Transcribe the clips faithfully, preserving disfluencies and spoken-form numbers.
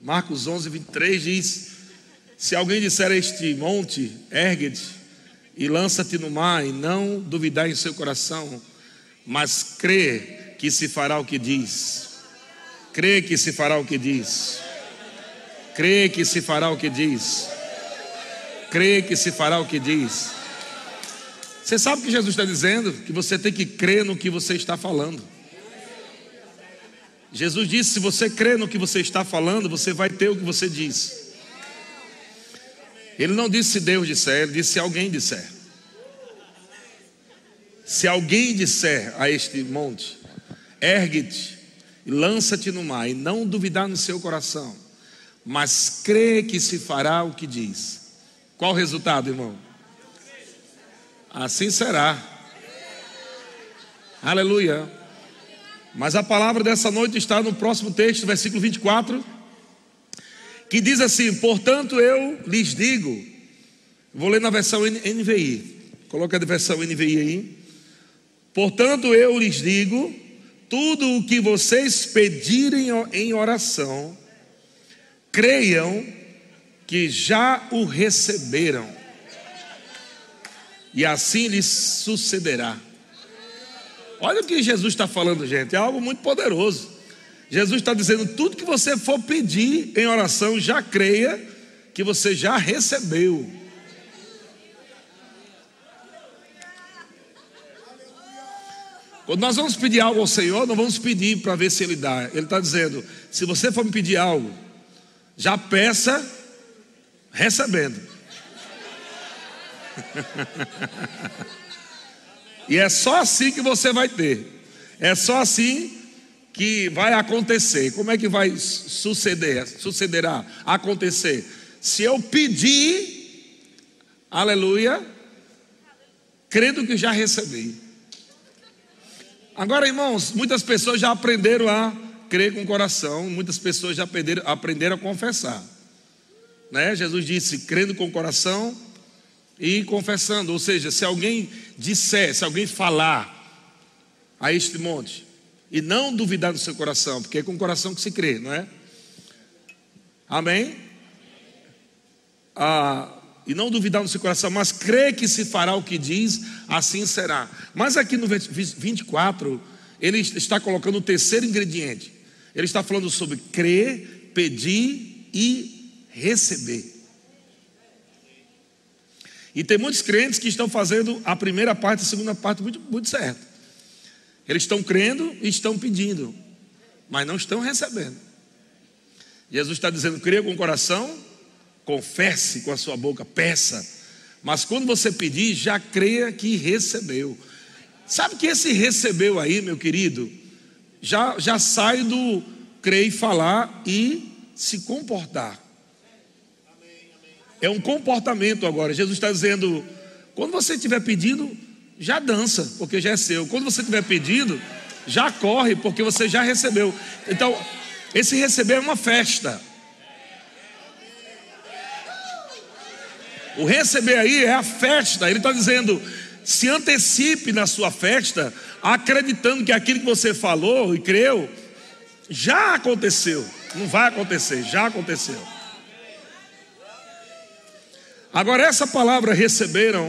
Marcos onze, vinte e três diz: se alguém disser a este monte, ergue-te e lança-te no mar, e não duvidar em seu coração, mas crê que se fará o que diz. Crê que se fará o que diz. Crê que se fará o que diz. Crê que se fará o que diz. Você sabe o que Jesus está dizendo? Que você tem que crer no que você está falando. Jesus disse: se você crê no que você está falando, você vai ter o que você diz. Ele não disse se Deus disser, ele disse se alguém disser. Se alguém disser a este monte, ergue-te e lança-te no mar, e não duvidar no seu coração, mas crê que se fará o que diz. Qual o resultado, irmão? Assim será. Aleluia. Mas a palavra dessa noite está no próximo texto, versículo vinte e quatro, que diz assim: portanto eu lhes digo, vou ler na versão N V I, coloca a versão N V I aí. Portanto eu lhes digo, tudo o que vocês pedirem em oração, creiam que já o receberam, e assim lhes sucederá. Olha o que Jesus está falando, gente, é algo muito poderoso. Jesus está dizendo: tudo que você for pedir em oração, já creia que você já recebeu. Quando nós vamos pedir algo ao Senhor, não vamos pedir para ver se Ele dá. Ele está dizendo: se você for me pedir algo, já peça recebendo. E é só assim que você vai ter. É só assim que vai acontecer. Como é que vai suceder? Sucederá, acontecer. Se eu pedir, aleluia, crendo que já recebi. Agora, irmãos, muitas pessoas já aprenderam a crer com o coração. Muitas pessoas já aprenderam, aprenderam a confessar, né? Jesus disse: crendo com o coração e confessando. Ou seja, se alguém disser, se alguém falar a este monte, e não duvidar do seu coração, porque é com o coração que se crê, não é? Amém? Ah, e não duvidar no seu coração, mas crê que se fará o que diz, assim será. Mas aqui no vinte e quatro, ele está colocando o terceiro ingrediente. Ele está falando sobre crer, pedir e receber. E tem muitos crentes que estão fazendo a primeira parte e a segunda parte muito, muito certo. Eles estão crendo e estão pedindo, mas não estão recebendo. Jesus está dizendo: creia com o coração, confesse com a sua boca, peça. Mas quando você pedir, já creia que recebeu. Sabe que esse recebeu aí, meu querido, já, já sai do crer e falar e se comportar. É um comportamento agora. Jesus está dizendo: quando você estiver pedindo, já dança, porque já é seu. Quando você estiver pedindo, já corre, porque você já recebeu. Então, esse receber é uma festa. O receber aí é a festa. Ele está dizendo: se antecipe na sua festa, acreditando que aquilo que você falou e creu já aconteceu. Não vai acontecer, já aconteceu. Agora, essa palavra receberam,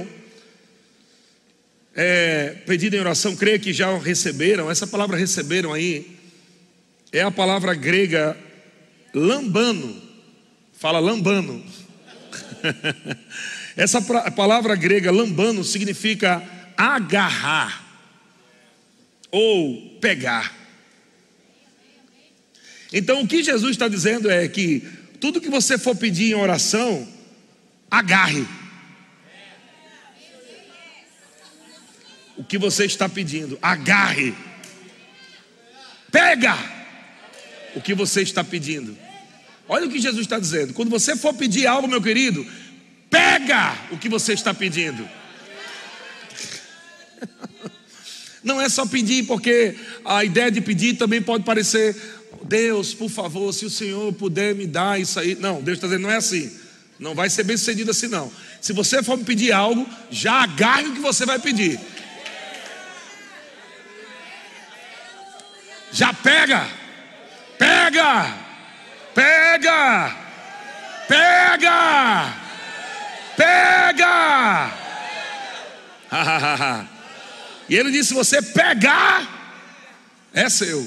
é, pedido em oração, creia que já receberam. Essa palavra receberam aí é a palavra grega lambano. Fala lambano. Essa palavra grega lambano significa agarrar ou pegar. Então o que Jesus está dizendo é que tudo que você for pedir em oração, agarre o que você está pedindo. Agarre, pega o que você está pedindo. Olha o que Jesus está dizendo: quando você for pedir algo, meu querido, pega o que você está pedindo. Não é só pedir, porque a ideia de pedir também pode parecer: Deus, por favor, se o Senhor puder me dar isso aí. Não, Deus está dizendo: não é assim. Não vai ser bem sucedido assim não. Se você for me pedir algo, já agarre o que você vai pedir. Já pega. Pega. Pega! Pega! Pega! E ele disse: você pegar, é seu.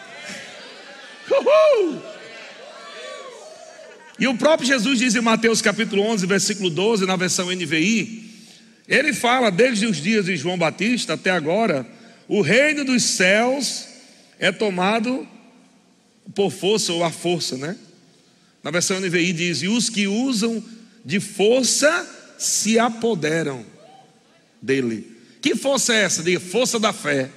Uhul! E o próprio Jesus diz em Mateus capítulo onze, versículo doze, na versão N V I, ele fala: desde os dias de João Batista até agora, o reino dos céus é tomado por força ou à força, né? Na versão N V I diz: e os que usam de força se apoderam dele. Que força é essa? Diga: força da fé.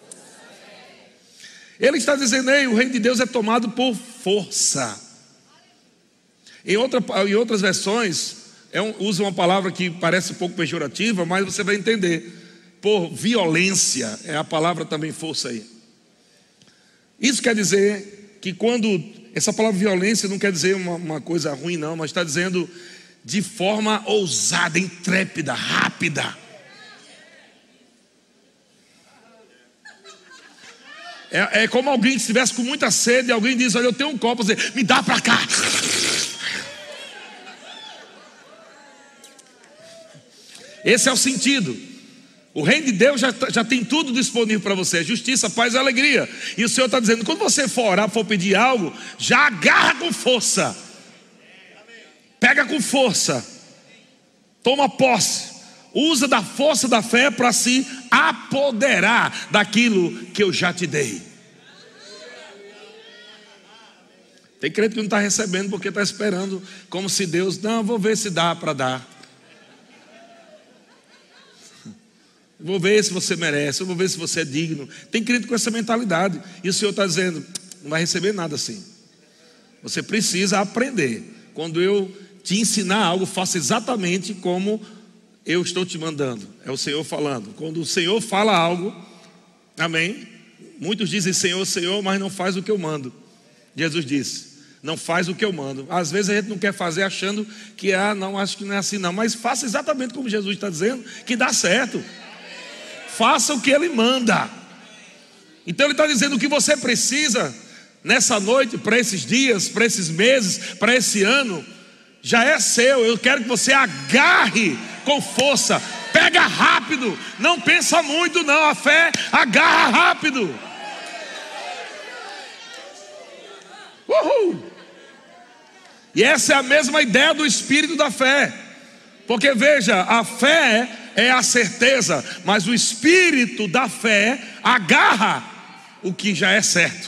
Ele está dizendo: ei, o reino de Deus é tomado por força. Em, outra, em outras versões é um, usa uma palavra que parece um pouco pejorativa, mas você vai entender. Por violência é a palavra também força aí. Isso quer dizer que quando essa palavra violência não quer dizer uma, uma coisa ruim não, mas está dizendo de forma ousada, intrépida, rápida. É, é como alguém que estivesse com muita sede e alguém diz: olha, eu tenho um copo, você me dá para cá. Esse é o sentido. O reino de Deus já, já tem tudo disponível para você: justiça, paz e alegria. E o Senhor está dizendo: quando você for orar, for pedir algo, já agarra com força. Pega com força. Toma posse. Usa da força da fé para se apoderar daquilo que eu já te dei. Tem crente que não está recebendo porque está esperando, como se Deus: não, vou ver se dá para dar. Vou ver se você merece, eu vou ver se você é digno. Tem crente com essa mentalidade. E o Senhor está dizendo: não vai receber nada assim. Você precisa aprender. Quando eu te ensinar algo, faça exatamente como eu estou te mandando. É o Senhor falando. Quando o Senhor fala algo, amém? Muitos dizem Senhor, Senhor, mas não faz o que eu mando. Jesus disse: não faz o que eu mando. Às vezes a gente não quer fazer achando que, ah, não, acho que não é assim não. Mas faça exatamente como Jesus está dizendo, que dá certo. Faça o que Ele manda. Então Ele está dizendo: o que você precisa nessa noite, para esses dias, para esses meses, para esse ano, já é seu. Eu quero que você agarre com força. Pega rápido. Não pensa muito não. A fé agarra rápido. Uhul. E essa é a mesma ideia do espírito da fé. Porque veja, a fé é a certeza, mas o espírito da fé agarra o que já é certo.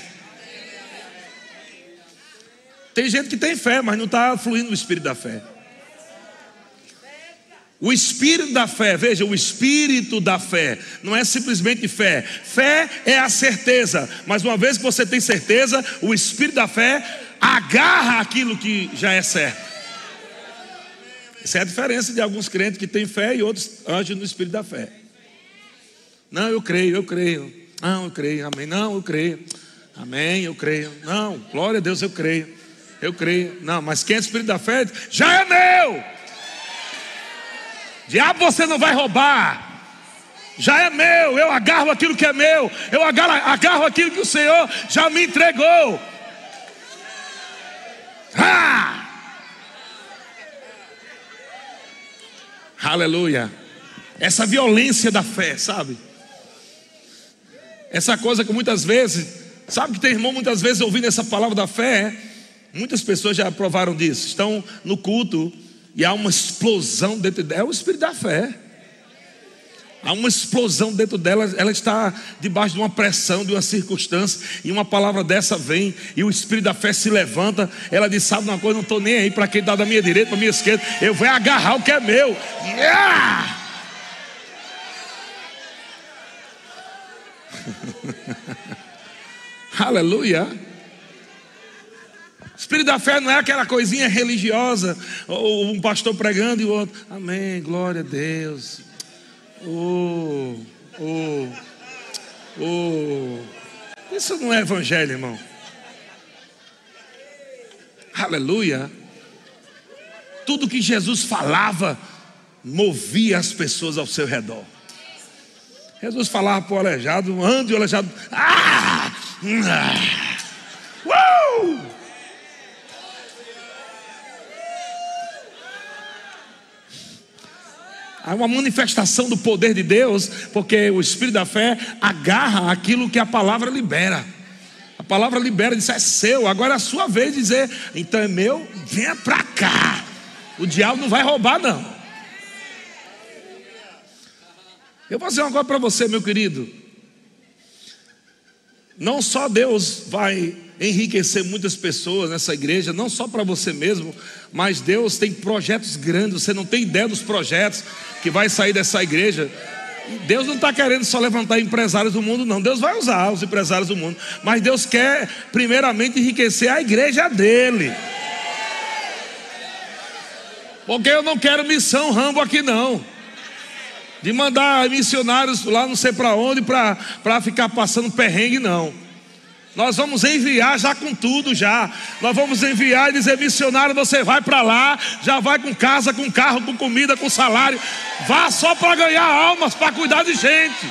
Tem gente que tem fé, mas não está fluindo o espírito da fé. O espírito da fé, veja, o espírito da fé não é simplesmente fé. Fé é a certeza, mas uma vez que você tem certeza, o espírito da fé agarra aquilo que já é certo. Essa é a diferença de alguns crentes que têm fé e outros agem no espírito da fé. Não, eu creio, eu creio. Não, eu creio, amém. Não, eu creio. Amém, eu creio. Não, glória a Deus, eu creio. Eu creio. Não, mas quem é espírito da fé, já é meu. Diabo, você não vai roubar. Já é meu, eu agarro aquilo que é meu. Eu agarro, agarro aquilo que o Senhor já me entregou. Ah! Aleluia. Essa violência da fé, sabe? Essa coisa que muitas vezes, sabe que tem irmão muitas vezes ouvindo essa palavra da fé. Muitas pessoas já provaram disso. Estão no culto e há uma explosão dentro dela. É o espírito da fé. Há uma explosão dentro dela. Ela está debaixo de uma pressão, de uma circunstância, e uma palavra dessa vem, e o espírito da fé se levanta. Ela diz: sabe uma coisa, não estou nem aí para quem está da minha direita, para a minha esquerda. Eu vou agarrar o que é meu. Yeah! Aleluia. Espírito da fé não é aquela coisinha religiosa, ou um pastor pregando e o outro: amém, glória a Deus. Oh, oh, oh. Isso não é evangelho, irmão. Aleluia. Tudo que Jesus falava movia as pessoas ao seu redor. Jesus falava para o aleijado: ande, o aleijado. Ah! Uh! Há uma manifestação do poder de Deus, porque o espírito da fé agarra aquilo que a palavra libera. A palavra libera, diz: é seu, agora é a sua vez de dizer: então é meu, venha para cá. O diabo não vai roubar, não. Eu vou dizer uma coisa para você, meu querido. Não só Deus vai enriquecer muitas pessoas nessa igreja, não só para você mesmo, mas Deus tem projetos grandes. Você não tem ideia dos projetos que vai sair dessa igreja. Deus não está querendo só levantar empresários do mundo, não. Deus vai usar os empresários do mundo, mas Deus quer primeiramente enriquecer a igreja dele. Porque eu não quero missão Rambo aqui não, de mandar missionários lá não sei para onde para ficar passando perrengue, não. Nós vamos enviar já com tudo já. Nós vamos enviar e dizer: missionário, você vai para lá, já vai com casa, com carro, com comida, com salário. Vá só para ganhar almas, para cuidar de gente.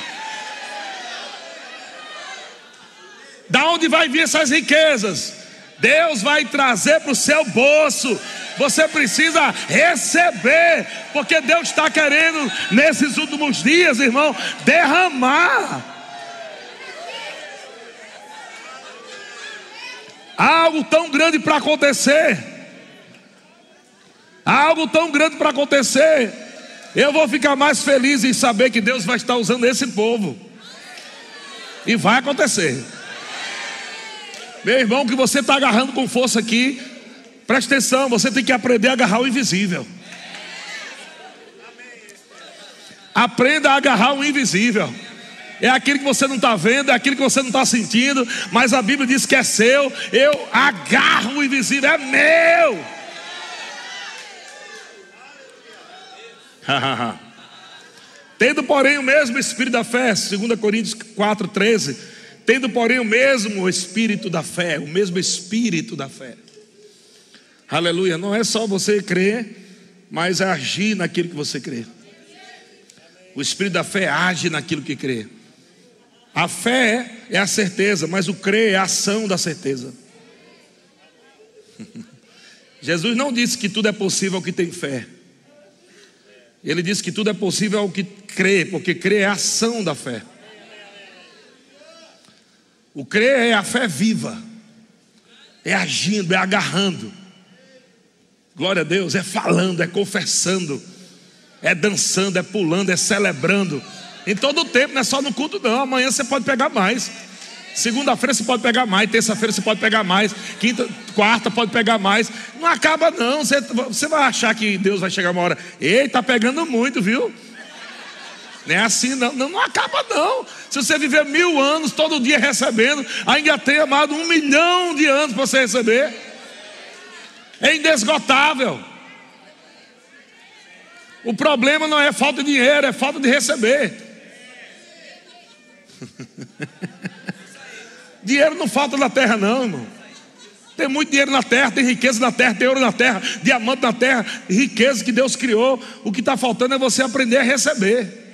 Da onde vai vir essas riquezas? Deus vai trazer para o seu bolso. Você precisa receber, porque Deus está querendo nesses últimos dias, irmão, derramar algo tão grande para acontecer. Algo tão grande para acontecer. Eu vou ficar mais feliz em saber que Deus vai estar usando esse povo. E vai acontecer. Meu irmão, que você está agarrando com força aqui, presta atenção, você tem que aprender a agarrar o invisível. Aprenda a agarrar o invisível. É aquilo que você não está vendo, é aquilo que você não está sentindo, mas a Bíblia diz que é seu. Eu agarro o invisível, é meu. Tendo porém o mesmo espírito da fé, dois Coríntios quatro, treze. Tendo porém o mesmo espírito da fé, o mesmo espírito da fé. Aleluia, não é só você crer, mas é agir naquilo que você crê. O espírito da fé age naquilo que crê. A fé é a certeza, mas o crer é a ação da certeza. Jesus não disse que tudo é possível ao que tem fé. Ele disse que tudo é possível ao que crê, porque crer é a ação da fé. O crer é a fé viva, é agindo, é agarrando. Glória a Deus, é falando, é confessando, é dançando, é pulando, é celebrando. Em todo o tempo, não é só no culto não. Amanhã você pode pegar mais, segunda-feira você pode pegar mais, terça-feira você pode pegar mais, quinta, quarta pode pegar mais. Não acaba não. Você, você vai achar que Deus vai chegar uma hora: ei, está pegando muito, viu? Não é assim não, não, não acaba não. Se você viver mil anos todo dia recebendo, ainda tem amado um milhão de anos para você receber. É inesgotável. O problema não é falta de dinheiro, é falta de receber. Dinheiro não falta na terra não, irmão. Tem muito dinheiro na terra, tem riqueza na terra, tem ouro na terra, diamante na terra, riqueza que Deus criou. O que está faltando é você aprender a receber.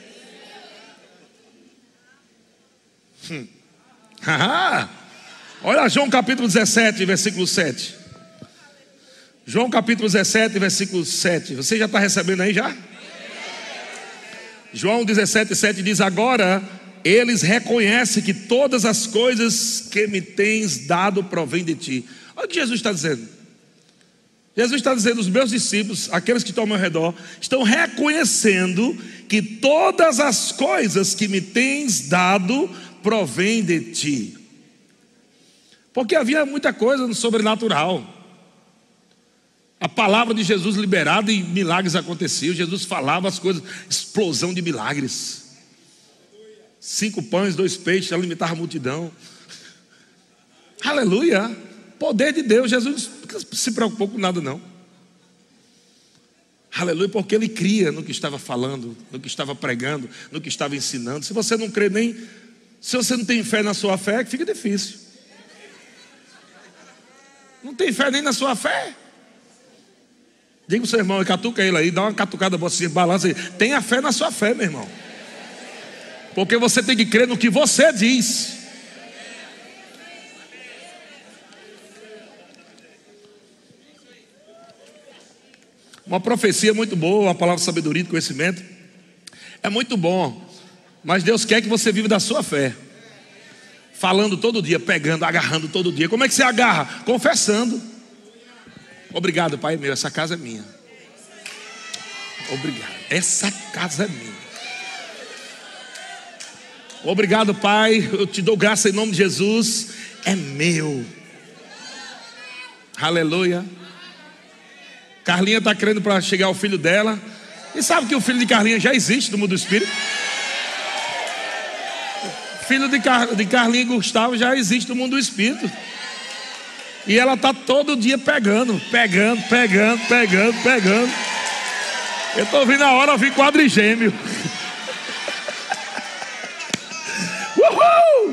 Hum. Olha João capítulo dezessete, versículo sete. João capítulo dezessete, versículo sete. Você já está recebendo aí já? João dezessete, sete diz: agora eles reconhecem que todas as coisas que me tens dado provém de ti. Olha o que Jesus está dizendo. Jesus está dizendo: os meus discípulos, aqueles que estão ao meu redor, estão reconhecendo que todas as coisas que me tens dado provém de ti. Porque havia muita coisa no sobrenatural. A palavra de Jesus liberada e milagres aconteciam. Jesus falava as coisas, explosão de milagres. Cinco pães, dois peixes, alimentava a multidão. Aleluia. Poder de Deus. Jesus não se preocupou com nada não. Aleluia, porque ele cria no que estava falando, no que estava pregando, no que estava ensinando. Se você não crê nem, se você não tem fé na sua fé, fica difícil. Não tem fé nem na sua fé. Diga para o seu irmão, catuca ele aí, dá uma catucada, você balança aí. Tenha fé na sua fé, meu irmão. Porque você tem que crer no que você diz. Uma profecia muito boa, uma palavra de sabedoria e conhecimento. É muito bom, mas Deus quer que você viva da sua fé. Falando todo dia, pegando, agarrando todo dia. Como é que você agarra? Confessando. Obrigado, Pai meu, essa casa é minha. Obrigado, essa casa é minha. Obrigado, Pai, eu te dou graça em nome de Jesus. É meu. Aleluia. Carlinha está querendo para chegar ao filho dela. E sabe que o filho de Carlinha já existe no mundo do Espírito? O filho de, Car... de Carlinha e Gustavo já existe no mundo do Espírito. E ela está todo dia pegando, pegando, pegando, pegando, pegando. Eu estou ouvindo a hora vir quadrigêmeo. Uhul!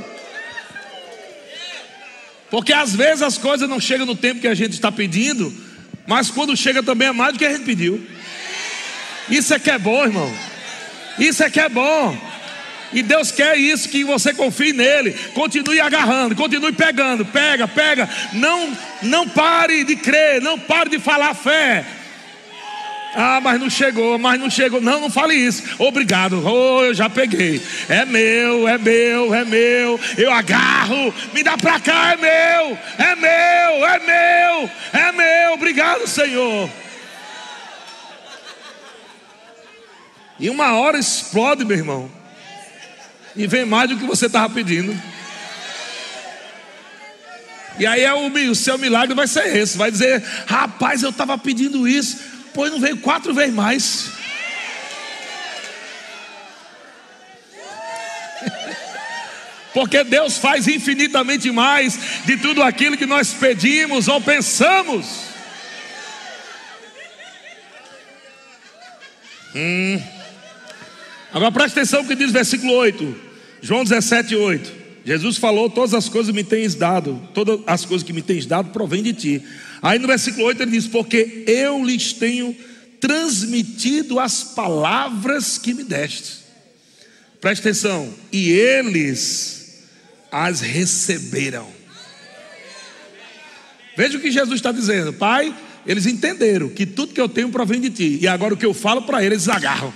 Porque às vezes as coisas não chegam no tempo que a gente está pedindo, mas quando chega também é mais do que a gente pediu. Isso é que é bom, irmão. Isso é que é bom. E Deus quer isso, que você confie nele. Continue agarrando, continue pegando. Pega, pega. Não, não pare de crer, não pare de falar fé. Ah, mas não chegou, mas não chegou. Não, não fale isso. Obrigado, oh, eu já peguei. É meu, é meu, é meu. Eu agarro, me dá pra cá, é meu. É meu, é meu, é meu. Obrigado, Senhor. E uma hora explode, meu irmão. E vem mais do que você estava pedindo. E aí é o, o seu milagre vai ser esse. Vai dizer, rapaz, eu estava pedindo isso, pois não veio quatro vezes mais. Porque Deus faz infinitamente mais de tudo aquilo que nós pedimos ou pensamos. Hum. Agora presta atenção no que diz o versículo oito. João dezessete, oito. Jesus falou, todas as coisas me tens dado, todas as coisas que me tens dado provém de ti. Aí no versículo oito ele diz, porque eu lhes tenho transmitido as palavras que me deste. Presta atenção. E eles as receberam. Veja o que Jesus está dizendo. Pai, eles entenderam que tudo que eu tenho provém de ti. E agora o que eu falo para eles, eles agarram.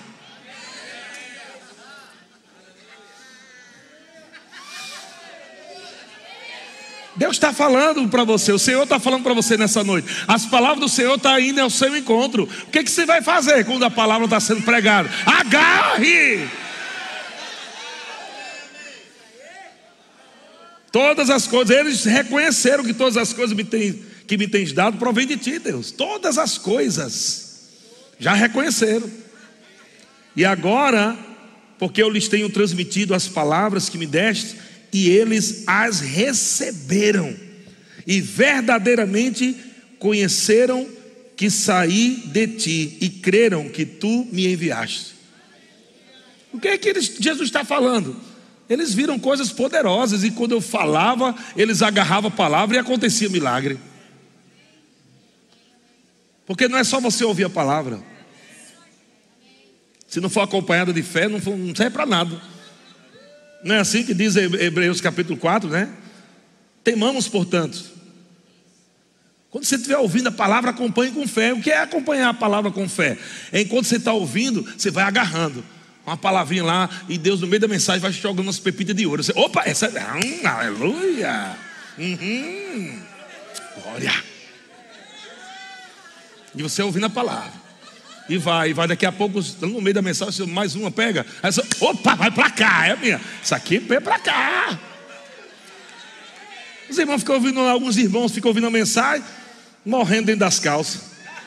Deus está falando para você, o Senhor está falando para você nessa noite. As palavras do Senhor estão indo ao seu encontro. O que, que você vai fazer quando a palavra está sendo pregada? Agarre! Todas as coisas, eles reconheceram que todas as coisas me tem, que me tens dado provém de ti, Deus. Todas as coisas já reconheceram. E agora, porque eu lhes tenho transmitido as palavras que me deste, e eles as receberam, e verdadeiramente conheceram que saí de ti, e creram que tu me enviaste. O que é que eles, Jesus está falando? Eles viram coisas poderosas, e quando eu falava, eles agarravam a palavra e acontecia milagre. Porque não é só você ouvir a palavra. Se não for acompanhada de fé, não, for, não serve para nada. Não é assim que diz Hebreus capítulo quatro, né? Temamos, portanto. Quando você estiver ouvindo a palavra, acompanhe com fé. O que é acompanhar a palavra com fé? É enquanto você está ouvindo, você vai agarrando uma palavrinha lá, e Deus no meio da mensagem vai jogando umas pepitas de ouro. Você, opa, essa é... Hum, aleluia. Uhum. Glória. E você ouvindo a palavra. E vai, e vai, daqui a pouco, no meio da mensagem, mais uma pega. Aí você, opa, vai pra cá, é minha. Isso aqui é pra cá. Os irmãos ficam ouvindo, alguns irmãos ficam ouvindo a mensagem, morrendo dentro das calças.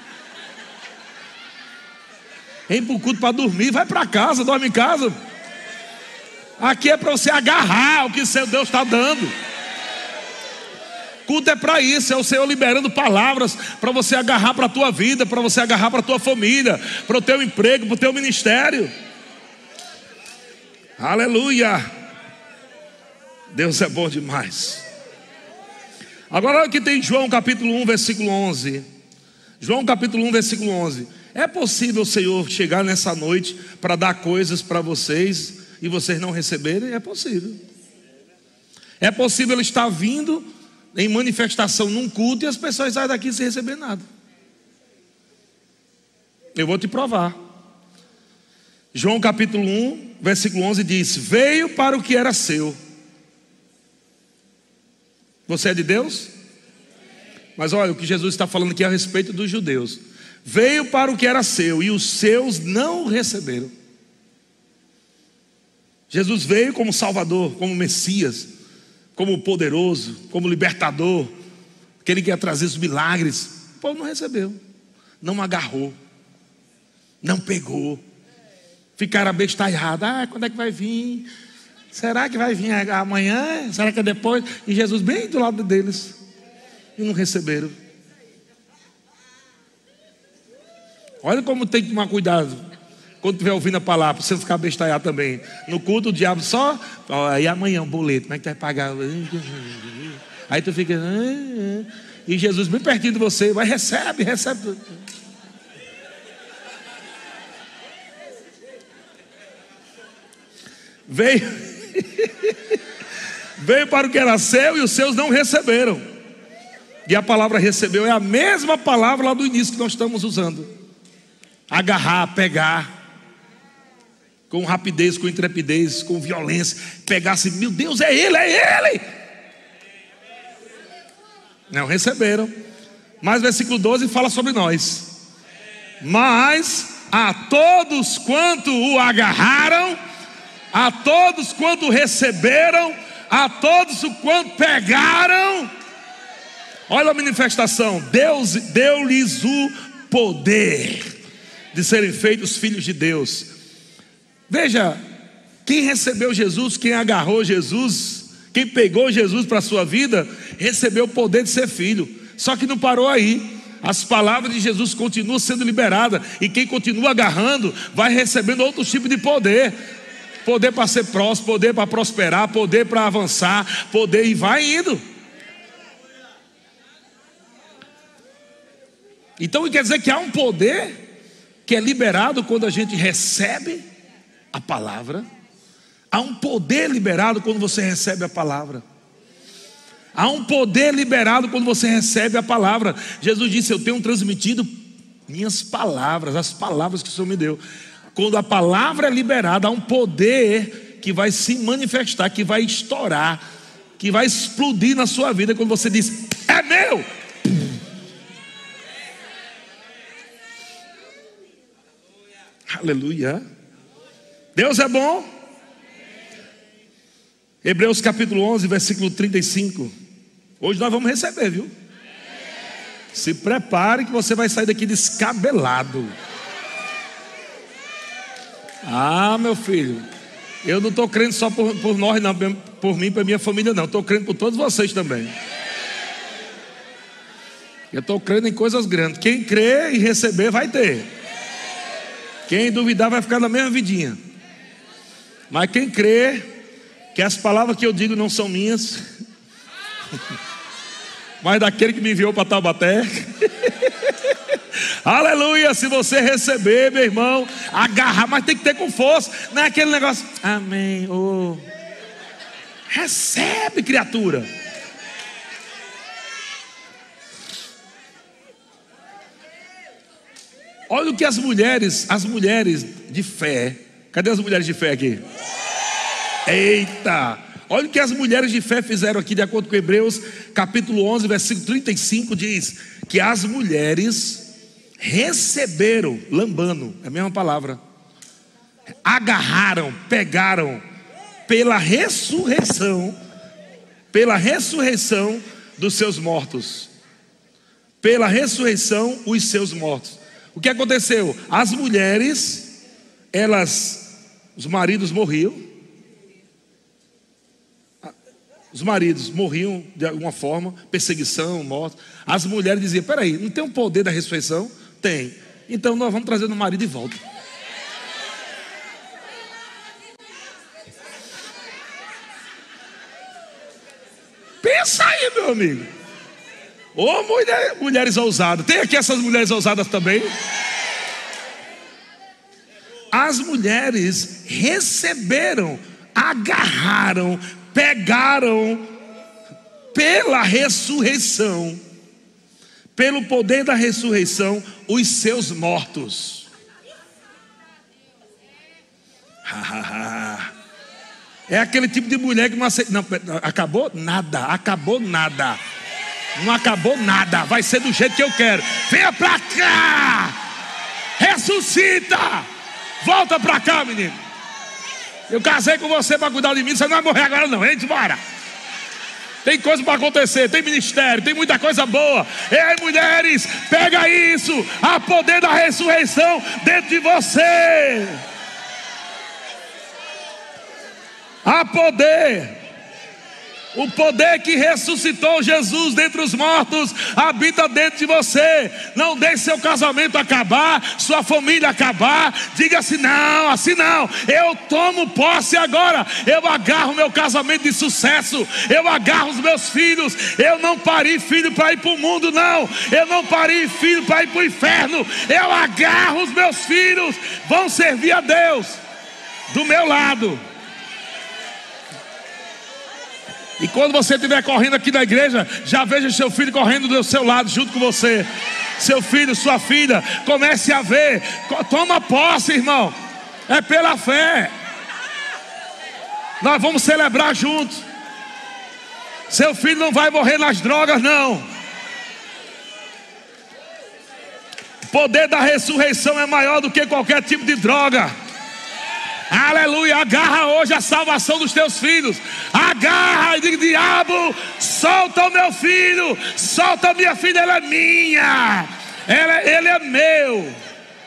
Vem pro culto para dormir, vai para casa, dorme em casa. Aqui é para você agarrar o que seu Deus está dando. Culto é para isso, é o Senhor liberando palavras para você agarrar para a tua vida, para você agarrar para a tua família, para o teu emprego, para o teu ministério. Aleluia. Deus é bom demais. Agora olha o que tem João capítulo um, versículo onze. João capítulo um, versículo onze. É possível o Senhor chegar nessa noite para dar coisas para vocês e vocês não receberem? É possível. É possível Ele estar vindo em manifestação num culto e as pessoas saem daqui sem receber nada. Eu vou te provar. João capítulo um, versículo onze diz: veio para o que era seu. Você é de Deus? Mas olha o que Jesus está falando aqui a respeito dos judeus. Veio para o que era seu e os seus não o receberam. Jesus veio como Salvador, como Messias, como poderoso, como libertador, aquele que ia trazer os milagres. O povo não recebeu, não agarrou, não pegou. Ficaram abestalhados. Ah, quando é que vai vir? Será que vai vir amanhã? Será que é depois? E Jesus bem do lado deles. E não receberam. Olha como tem que tomar cuidado quando estiver ouvindo a palavra, para você não ficar abestalhado também. No culto o diabo só, ó, e amanhã o boleto, como é que tu vai pagar? Aí tu fica, ah, ah. E Jesus bem pertinho de você, vai, recebe, recebe. Veio Veio para o que era seu e os seus não receberam. E a palavra recebeu é a mesma palavra lá do início que nós estamos usando. Agarrar, pegar, com rapidez, com intrepidez, com violência. Pegar assim, meu Deus, é ele, é ele. Não receberam. Mas versículo doze fala sobre nós. Mas a todos quanto o agarraram, a todos quanto receberam, a todos o quanto pegaram, olha a manifestação, Deus deu-lhes o poder de serem feitos filhos de Deus. Veja, quem recebeu Jesus, quem agarrou Jesus, quem pegou Jesus para a sua vida, recebeu o poder de ser filho. Só que não parou aí. As palavras de Jesus continuam sendo liberadas, e quem continua agarrando vai recebendo outro tipo de poder. Poder para ser próximo, poder para prosperar, poder para avançar, poder, e vai indo. Então quer dizer que há um poder que é liberado quando a gente recebe a palavra. Há um poder liberado quando você recebe a palavra. Há um poder liberado quando você recebe a palavra. Jesus disse: eu tenho transmitido minhas palavras, as palavras que o Senhor me deu. Quando a palavra é liberada, há um poder que vai se manifestar, que vai estourar, que vai explodir na sua vida quando você diz: é meu. Aleluia. Deus é bom. Hebreus capítulo onze, versículo trinta e cinco. Hoje nós vamos receber, viu? Se prepare que você vai sair daqui descabelado. Ah, meu filho, eu não estou crendo só por, por nós, não, por mim, por minha família, não. Estou crendo por todos vocês também. Eu estou crendo em coisas grandes. Quem crê e receber vai ter. Quem duvidar vai ficar na mesma vidinha. Mas quem crê que as palavras que eu digo não são minhas, mas daquele que me enviou para Taubaté. Aleluia. Se você receber, meu irmão, agarrar, mas tem que ter com força. Não é aquele negócio, amém, oh. Recebe, criatura. Olha o que as mulheres, as mulheres de fé, cadê as mulheres de fé aqui? Eita, olha o que as mulheres de fé fizeram aqui, de acordo com Hebreus capítulo onze, versículo trinta e cinco, diz que as mulheres receberam, lambano, é a mesma palavra, agarraram, pegaram pela ressurreição, pela ressurreição dos seus mortos, pela ressurreição os seus mortos. O que aconteceu? As mulheres, elas, os maridos morriam, os maridos morriam de alguma forma, perseguição, morte. As mulheres diziam: peraí, não tem um poder da ressurreição? Tem. Então nós vamos trazer o marido de volta. Pensa aí, meu amigo. Ô mulher, mulheres ousadas. Tem aqui essas mulheres ousadas também? As mulheres receberam, agarraram, pegaram pela ressurreição, pelo poder da ressurreição, os seus mortos. É aquele tipo de mulher que não aceita. Não, acabou nada, acabou nada. Não acabou nada, vai ser do jeito que eu quero. Venha pra cá, ressuscita, volta pra cá, menino. Eu casei com você para cuidar de mim, você não vai morrer agora não, gente, bora. Tem coisa para acontecer, tem ministério, tem muita coisa boa. Ei, mulheres, pega isso, há poder da ressurreição dentro de você. Há poder. O poder que ressuscitou Jesus dentre os mortos habita dentro de você. Não deixe seu casamento acabar, sua família acabar. Diga assim: não, assim não. Eu tomo posse agora. Eu agarro meu casamento de sucesso. Eu agarro os meus filhos. Eu não pari filho para ir para o mundo, não. Eu não pari filho para ir para o inferno. Eu agarro os meus filhos. Vão servir a Deus do meu lado. E quando você estiver correndo aqui na igreja, já veja seu filho correndo do seu lado, junto com você. Seu filho, sua filha, comece a ver. Toma posse, irmão. É pela fé. Nós vamos celebrar juntos. Seu filho não vai morrer nas drogas, não. O poder da ressurreição é maior do que qualquer tipo de droga. Aleluia, agarra hoje a salvação dos teus filhos. Agarra e diga: diabo, solta o meu filho, solta a minha filha, ela é minha, ela, ele é meu.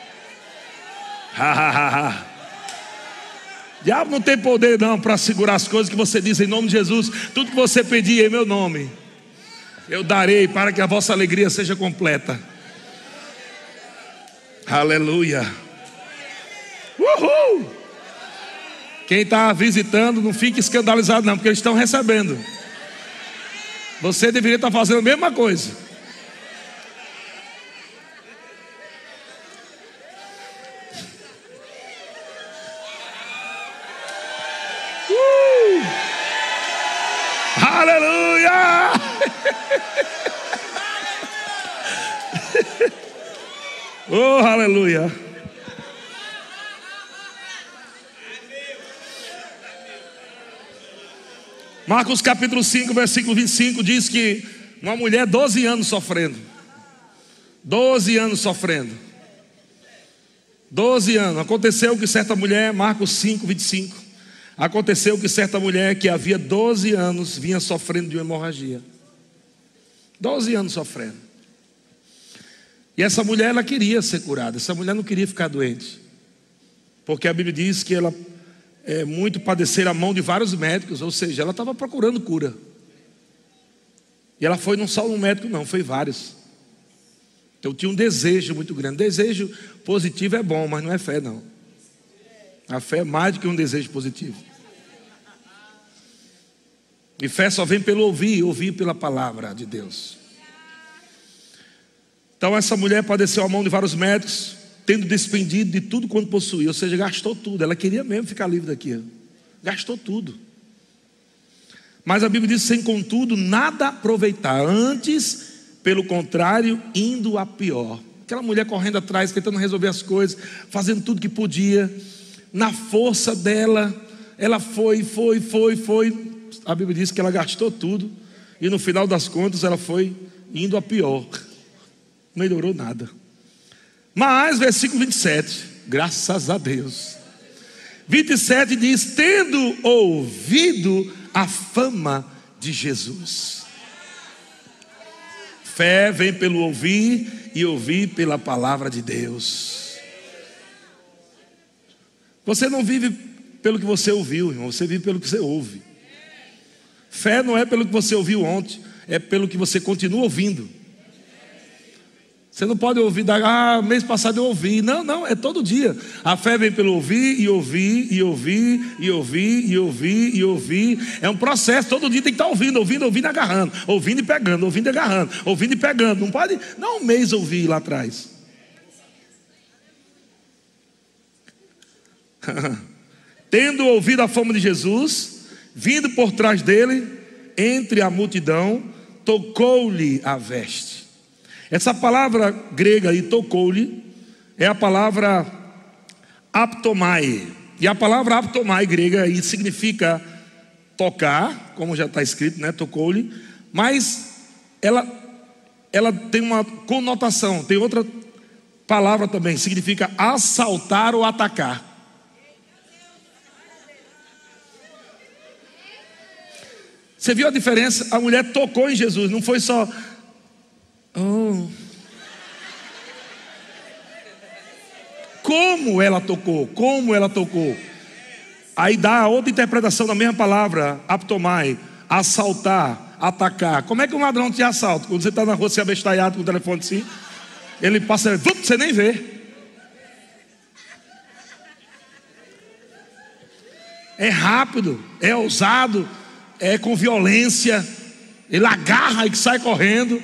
Diabo não tem poder não para segurar as coisas que você diz em nome de Jesus. Tudo que você pedir em meu nome, eu darei para que a vossa alegria seja completa. Aleluia. Uhul. Quem está visitando, não fique escandalizado não, porque eles estão recebendo. Você deveria estar fazendo a mesma coisa. Uh! Aleluia! Oh, aleluia! Marcos capítulo cinco, versículo vinte e cinco diz que uma mulher doze anos sofrendo. doze anos sofrendo. doze anos. Aconteceu que certa mulher, Marcos cinco, vinte e cinco. Aconteceu que certa mulher que havia doze anos vinha sofrendo de uma hemorragia. doze anos sofrendo. E essa mulher, ela queria ser curada. Essa mulher não queria ficar doente. Porque a Bíblia diz que ela É, muito padecer a mão de vários médicos, ou seja, ela estava procurando cura. E ela foi não só um médico não, foi vários. Então tinha um desejo muito grande. Desejo positivo é bom, mas não é fé não. A fé é mais do que um desejo positivo. E fé só vem pelo ouvir, ouvir pela palavra de Deus. Então essa mulher padeceu a mão de vários médicos, tendo despendido de tudo quanto possuía, ou seja, gastou tudo. Ela queria mesmo ficar livre daqui. Gastou tudo. Mas a Bíblia diz: sem contudo nada aproveitar, antes, pelo contrário, indo a pior. Aquela mulher correndo atrás, tentando resolver as coisas, fazendo tudo que podia. Na força dela, ela foi, foi, foi, foi. A Bíblia diz que ela gastou tudo. E no final das contas ela foi indo a pior. Não melhorou nada. Mas, versículo vinte e sete, graças a Deus, vinte e sete diz: tendo ouvido a fama de Jesus. Fé vem pelo ouvir, e ouvir pela palavra de Deus. Você não vive pelo que você ouviu, irmão, você vive pelo que você ouve. Fé não é pelo que você ouviu ontem, é pelo que você continua ouvindo. Você não pode ouvir, ah, mês passado eu ouvi. Não, não, é todo dia. A fé vem pelo ouvir e ouvir e ouvir e ouvir e ouvir e ouvir. É um processo, todo dia tem que estar ouvindo, ouvindo, ouvindo e agarrando. Ouvindo e pegando, ouvindo e agarrando, ouvindo e pegando. Não pode, não um mês ouvir lá atrás. Tendo ouvido a fama de Jesus, vindo por trás dele, entre a multidão, tocou-lhe a veste. Essa palavra grega aí, tocou-lhe, é a palavra aptomai. E a palavra aptomai grega aí significa tocar, como já está escrito, né? Tocou-lhe. Mas ela, ela tem uma conotação, tem outra palavra também, significa assaltar ou atacar. Você viu a diferença? A mulher tocou em Jesus, não foi só... Oh. Como ela tocou, como ela tocou. Aí dá a outra interpretação da mesma palavra, aptomai, assaltar, atacar. Como é que um ladrão te assalta? Quando você está na rua, você é abestalhado com o telefone assim, ele passa, você nem vê. É rápido, é ousado, é com violência. Ele agarra e sai correndo.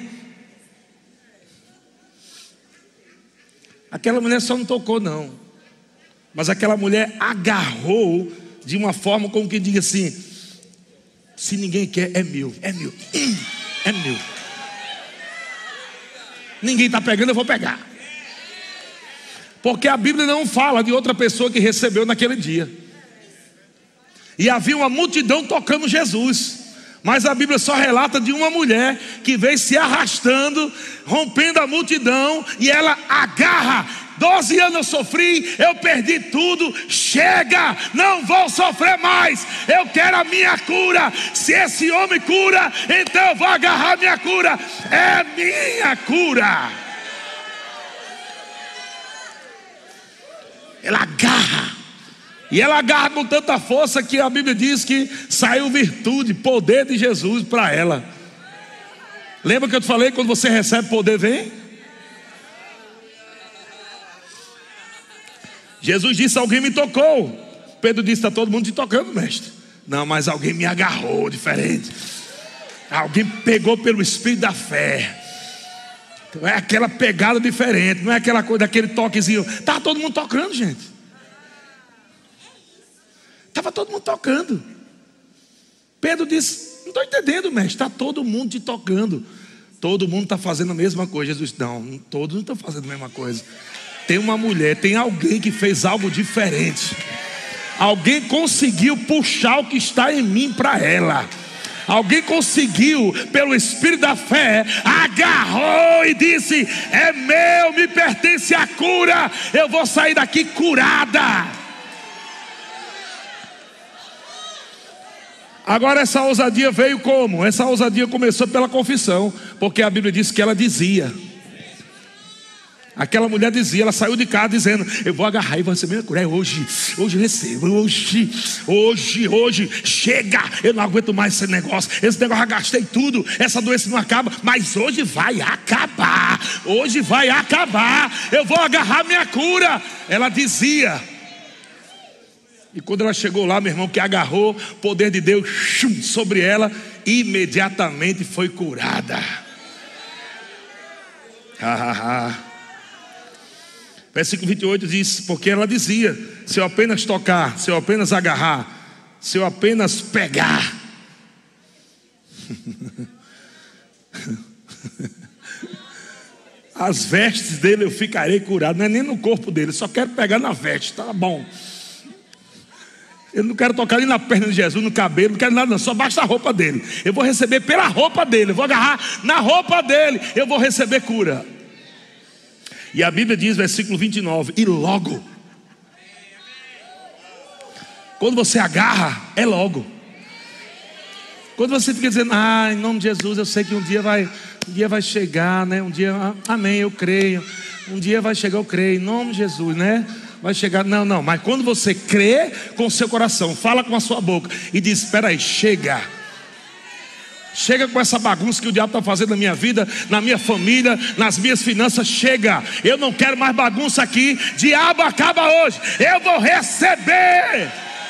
Aquela mulher só não tocou não, mas aquela mulher agarrou de uma forma como que diga assim: se ninguém quer, é meu, é meu, é meu. Ninguém está pegando, eu vou pegar. Porque a Bíblia não fala de outra pessoa que recebeu naquele dia. E havia uma multidão tocando Jesus, mas a Bíblia só relata de uma mulher que veio se arrastando, rompendo a multidão, e ela agarra. Doze anos eu sofri, eu perdi tudo, chega, não vou sofrer mais, eu quero a minha cura. Se esse homem cura, então eu vou agarrar a minha cura, é minha cura. Ela agarra, e ela agarra com tanta força que a Bíblia diz que saiu virtude, poder de Jesus para ela. Lembra que eu te falei, quando você recebe poder, vem? Jesus disse: alguém me tocou. Pedro disse: está todo mundo te tocando, mestre. Não, mas alguém me agarrou diferente. Alguém pegou pelo espírito da fé. Então é aquela pegada diferente, não é aquela coisa, aquele toquezinho. Estava todo mundo tocando, gente. Estava todo mundo tocando. Pedro disse: não estou entendendo, mestre. Está todo mundo te tocando. Todo mundo está fazendo a mesma coisa. Jesus: não, todos não estão fazendo a mesma coisa. Tem uma mulher, tem alguém que fez algo diferente. Alguém conseguiu puxar o que está em mim para ela. Alguém conseguiu, pelo espírito da fé, agarrou e disse: é meu, me pertence a cura. Eu vou sair daqui curada. Agora essa ousadia veio como? Essa ousadia começou pela confissão, porque a Bíblia diz que ela dizia. Aquela mulher dizia, ela saiu de casa dizendo: eu vou agarrar e vou receber a cura. É hoje, hoje eu recebo, hoje, hoje, hoje, chega, eu não aguento mais esse negócio, esse negócio já gastei tudo, essa doença não acaba, mas hoje vai acabar, hoje vai acabar, eu vou agarrar minha cura. Ela dizia. E quando ela chegou lá, meu irmão, que agarrou, o poder de Deus shum, sobre ela, imediatamente foi curada. Ha, ha, ha. Versículo vinte e oito diz: porque ela dizia: se eu apenas tocar, se eu apenas agarrar, se eu apenas pegar. As vestes dele eu ficarei curado. Não é nem no corpo dele, só quero pegar na veste, tá bom. Eu não quero tocar nem na perna de Jesus, no cabelo, não quero nada não, só basta a roupa dele. Eu vou receber pela roupa dele, eu vou agarrar na roupa dele, eu vou receber cura. E a Bíblia diz, versículo vinte e nove: e logo. Quando você agarra, é logo. Quando você fica dizendo: ah, em nome de Jesus, eu sei que um dia vai, um dia vai chegar, né? Um dia, ah, amém, eu creio. Um dia vai chegar, eu creio, em nome de Jesus, né? Vai chegar, não, não, mas quando você crê com o seu coração, fala com a sua boca e diz: espera aí, chega. Chega com essa bagunça que o diabo está fazendo na minha vida, na minha família, nas minhas finanças. Chega, eu não quero mais bagunça aqui. Diabo, acaba hoje, eu vou receber.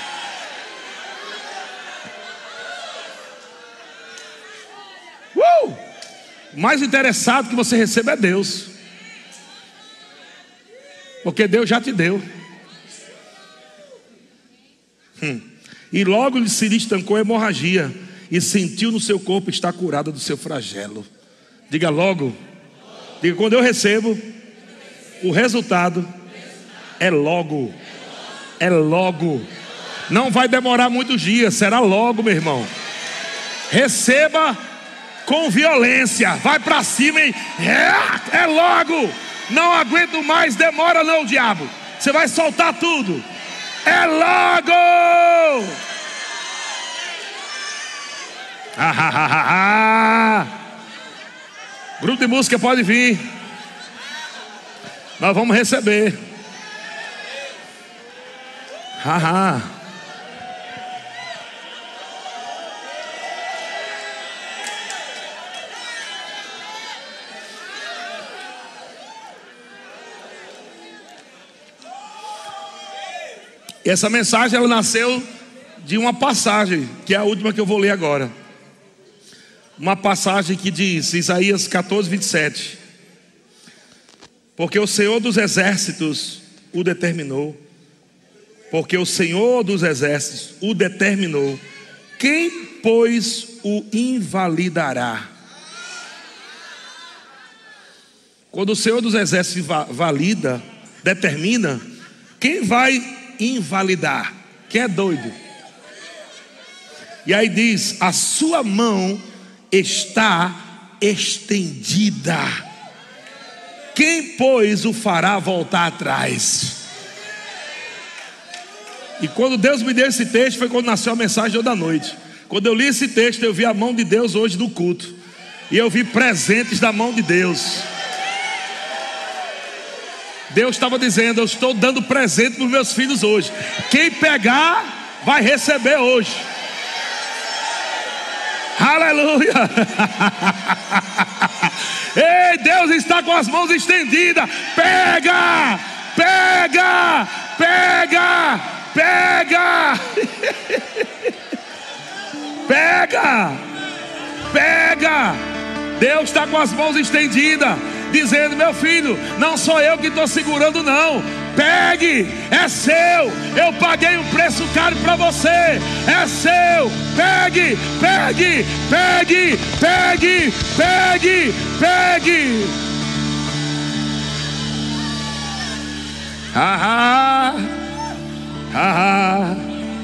Uh! O mais interessado que você receba é Deus, porque Deus já te deu. hum. E logo lhe se lhe estancou a hemorragia, e sentiu no seu corpo estar curada do seu flagelo. Diga logo. Diga: quando eu recebo, o resultado é logo. é logo. Não vai demorar muitos dias, será logo, meu irmão. Receba com violência, vai para cima e é, é logo. Não aguento mais, demora não, diabo. Você vai soltar tudo. É logo. Ah, ah, ah, ah, ah. Grupo de música pode vir. Nós vamos receber. Ah, ah. E essa mensagem ela nasceu de uma passagem, que é a última que eu vou ler agora. Uma passagem que diz, Isaías quatorze, vinte e sete. Porque o Senhor dos exércitos o determinou. Porque o Senhor dos exércitos o determinou. Quem, pois, o invalidará? Quando o Senhor dos exércitos valida, determina, quem vai invalidar? Quem é doido? E aí diz, a sua mão está estendida. Quem, pois, o fará voltar atrás? E quando Deus me deu esse texto, foi quando nasceu a mensagem hoje da noite. Quando eu li esse texto, eu vi a mão de Deus hoje no culto. E eu vi presentes da mão de Deus. Deus estava dizendo, eu estou dando presente para os meus filhos hoje. Quem pegar, vai receber hoje. Aleluia. Ei, Deus está com as mãos estendidas. Pega, pega, pega, pega. Pega, pega. Deus está com as mãos estendidas, dizendo, meu filho, não sou eu que estou segurando não. Pegue, é seu. Eu paguei um preço caro para você. É seu. Pegue, pegue, pegue, pegue, pegue, pegue. Ah, ah, ah.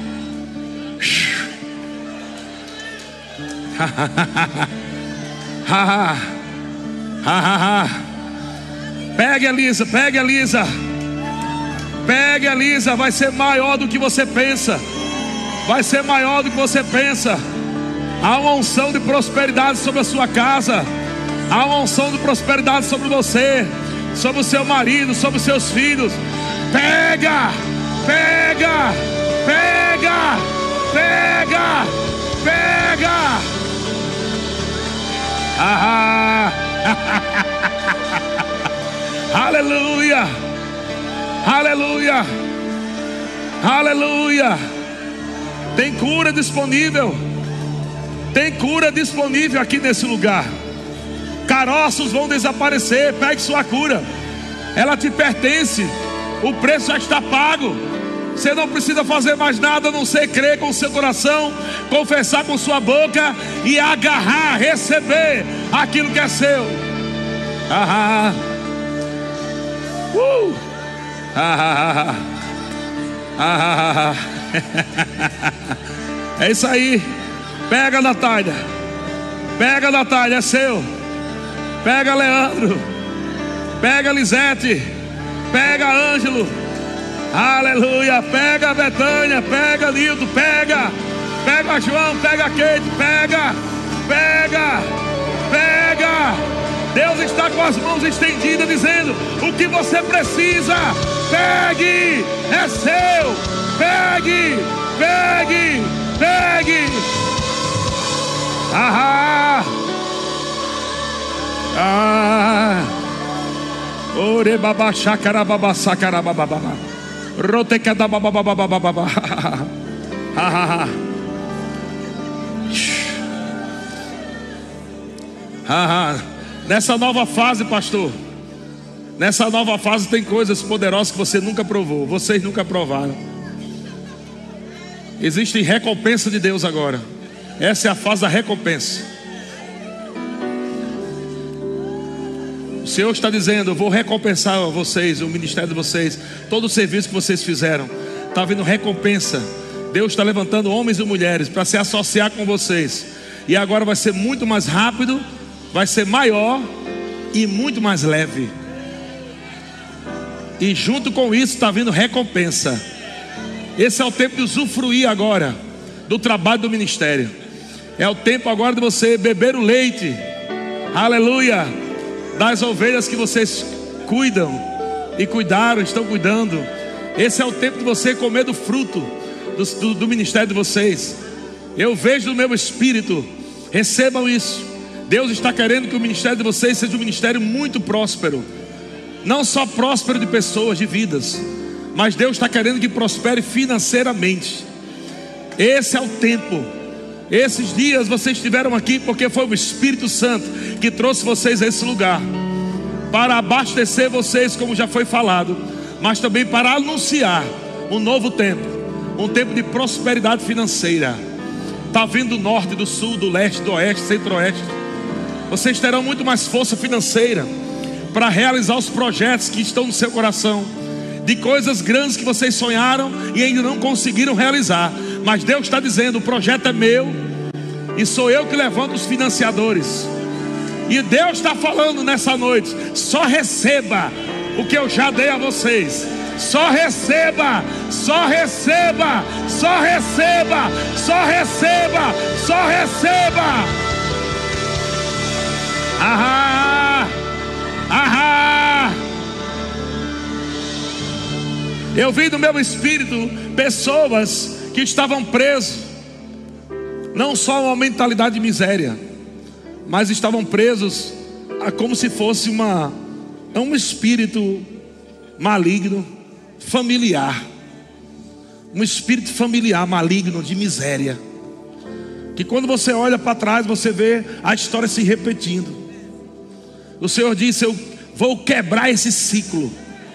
Ah, ah, ah. Pegue, Elisa, pegue, Elisa. Pegue, Elisa, vai ser maior do que você pensa. Vai ser maior do que você pensa. Há uma unção de prosperidade sobre a sua casa. Há uma unção de prosperidade sobre você, sobre o seu marido, sobre os seus filhos. Pega, pega, pega, pega, pega. Ah, aleluia, aleluia, aleluia. Tem cura disponível. Tem cura disponível aqui nesse lugar. Caroços vão desaparecer. Pegue sua cura, ela te pertence. O preço já está pago. Você não precisa fazer mais nada a não ser crer com o seu coração, confessar com sua boca e agarrar, receber aquilo que é seu. Ah, uh. ah, ah, ah. É isso aí. Pega, Natália. Pega, Natália, é seu. Pega, Leandro. Pega, Lisete. Pega, Ângelo. Aleluia. Pega, Betânia. Pega, Nildo. Pega. Pega, João. Pega, Kate. Pega. Pega. Pega. Deus está com as mãos estendidas, dizendo: o que você precisa, pegue. É seu. Pegue. Pegue. Pegue. Ah. Ah. Ore baba shakara baba sakara baba baba. Roteca da baba baba baba baba. Ah. Ah. Nessa nova fase, pastor, nessa nova fase tem coisas poderosas que você nunca provou, vocês nunca provaram. Existe recompensa de Deus agora. Essa é a fase da recompensa. O Senhor está dizendo: eu vou recompensar vocês, o ministério de vocês, todo o serviço que vocês fizeram. está vindo recompensa. Deus está levantando homens e mulheres para se associar com vocês. E agora vai ser muito mais rápido, vai ser maior e muito mais leve. E junto com isso está vindo recompensa. Esse é o tempo de usufruir agora do trabalho do ministério. É o tempo agora de você beber o leite, aleluia, das ovelhas que vocês cuidam e cuidaram, estão cuidando. Esse é o tempo de você comer do fruto do, do, do ministério de vocês. Eu vejo no meu espírito, recebam isso. Deus está querendo que o ministério de vocês seja um ministério muito próspero. Não só próspero de pessoas, de vidas, mas Deus está querendo que prospere financeiramente. Esse é o tempo. Esses dias vocês estiveram aqui porque foi o Espírito Santo que trouxe vocês a esse lugar, para abastecer vocês, como já foi falado, mas também para anunciar um novo tempo, um tempo de prosperidade financeira. Está vindo do norte, do sul, do leste, do oeste, centro-oeste. Vocês terão muito mais força financeira para realizar os projetos que estão no seu coração, de coisas grandes que vocês sonharam e ainda não conseguiram realizar. Mas Deus está dizendo: o projeto é meu e sou eu que levanto os financiadores. E Deus está falando nessa noite: só receba o que eu já dei a vocês. Só receba, só receba, só receba, só receba, só receba. Ahá, ahá. Eu vi no meu espírito pessoas que estavam presos, não só a uma mentalidade de miséria, mas estavam presos a como se fosse uma, um espírito maligno, familiar. Um espírito familiar, maligno, de miséria, que quando você olha para trás, você vê a história se repetindo. O Senhor disse: eu vou quebrar esse ciclo.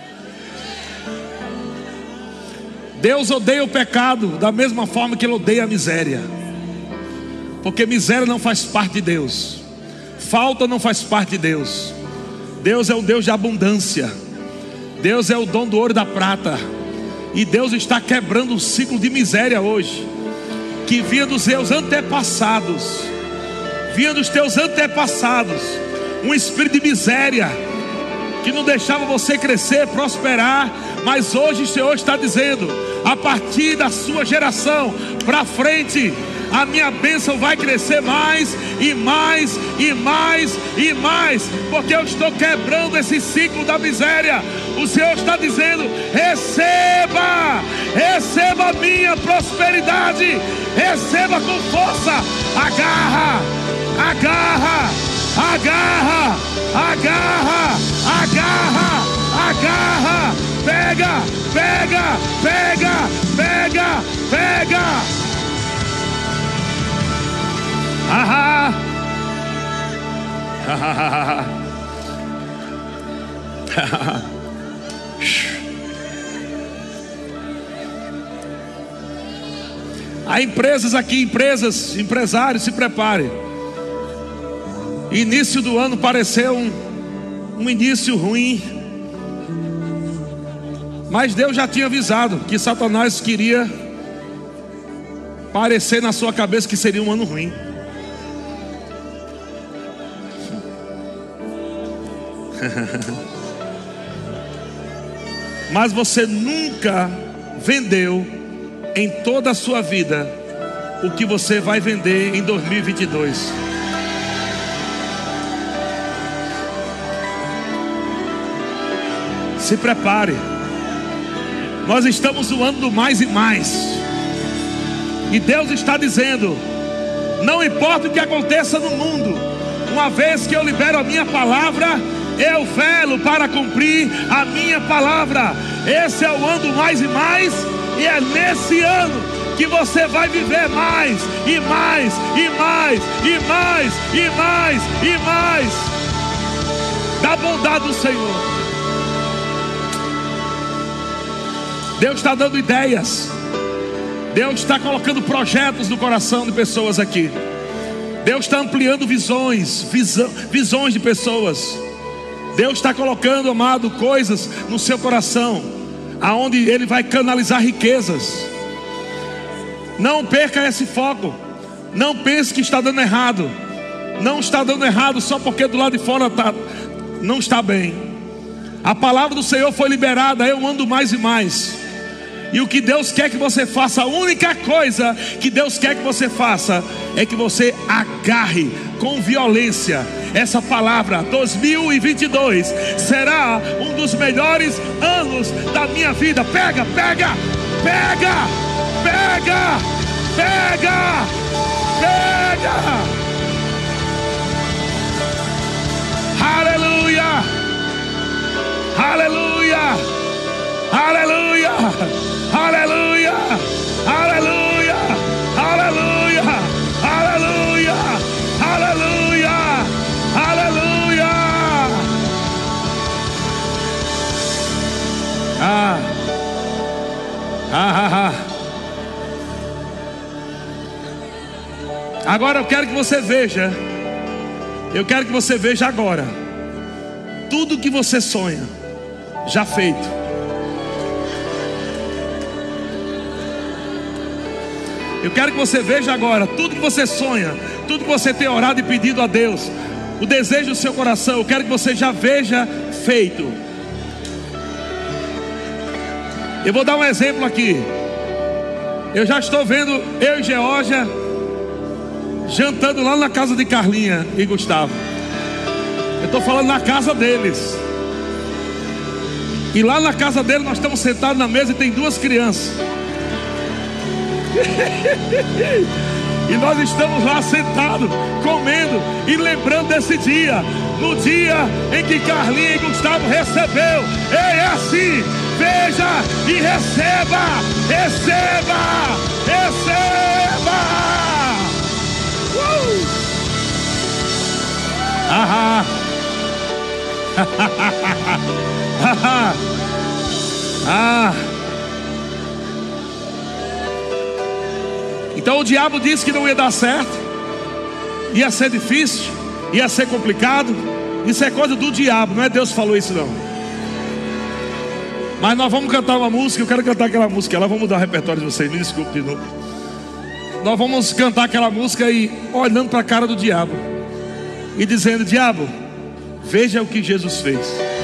Deus odeia o pecado da mesma forma que Ele odeia a miséria, porque miséria não faz parte de Deus, falta não faz parte de Deus. Deus é um Deus de abundância. Deus é o dono do ouro e da prata. E Deus está quebrando um ciclo de miséria hoje, que vinha dos seus antepassados, vinha dos teus antepassados, um espírito de miséria que não deixava você crescer, prosperar. Mas hoje o Senhor está dizendo: a partir da sua geração para frente, a minha bênção vai crescer mais e mais e mais e mais, porque eu estou quebrando esse ciclo da miséria. O Senhor está dizendo: receba, receba a minha prosperidade, receba com força. Agarra, agarra, agarra, agarra, agarra, agarra. Pega, pega, pega, pega, pega. Ahá. Há empresas aqui, empresas, empresários, se preparem. Início do ano pareceu um, um início ruim, mas Deus já tinha avisado que Satanás queria parecer na sua cabeça que seria um ano ruim. Mas você nunca vendeu em toda a sua vida o que você vai vender em dois mil e vinte e dois. Se prepare. Nós estamos no ano do mais e mais, e Deus está dizendo: não importa o que aconteça no mundo, uma vez que eu libero a minha palavra, eu velo para cumprir a minha palavra. Esse é o ano do mais e mais, e é nesse ano que você vai viver mais e mais e mais e mais e mais e mais da bondade do Senhor. Deus está dando ideias. Deus está colocando projetos no coração de pessoas aqui. Deus está ampliando visões, visão, visões de pessoas. Deus está colocando, amado, coisas no seu coração. aonde Ele vai canalizar riquezas. Não perca esse foco. Não pense que está dando errado. Não está dando errado só porque do lado de fora tá, não está bem. A palavra do Senhor foi liberada. Eu ando mais e mais. E o que Deus quer que você faça, a única coisa que Deus quer que você faça, é que você agarre com violência essa palavra. Dois mil e vinte e dois será um dos melhores anos da minha vida. Pega, pega, pega, pega, pega, pega. Aleluia, aleluia, aleluia, aleluia, aleluia, aleluia, aleluia, aleluia, aleluia. Ah, ah, ah, ah. Agora eu quero que você veja. Eu quero que você veja agora. Tudo que você sonha, já feito. Eu quero que você veja agora. Tudo que você sonha, tudo que você tem orado e pedido a Deus, o desejo do seu coração, eu quero que você já veja feito. Eu vou dar um exemplo aqui. Eu já estou vendo eu e Georgia jantando lá na casa de Carlinha e Gustavo. Eu estou falando na casa deles. E lá na casa deles nós estamos sentados na mesa e tem duas crianças. E nós estamos lá sentados, comendo e lembrando desse dia. No dia em que Carlinha e Gustavo recebeu. Ei, é assim. Veja e receba. Receba. Receba. Uh! Ahá. Ah. Então o diabo disse que não ia dar certo, ia ser difícil, ia ser complicado. Isso é coisa do diabo, não é Deus que falou isso não. Mas nós vamos cantar uma música. Eu quero cantar aquela música. Ela vai mudar o repertório de vocês, me desculpe de novo. Nós vamos cantar aquela música e olhando para a cara do diabo e dizendo: diabo, veja o que Jesus fez.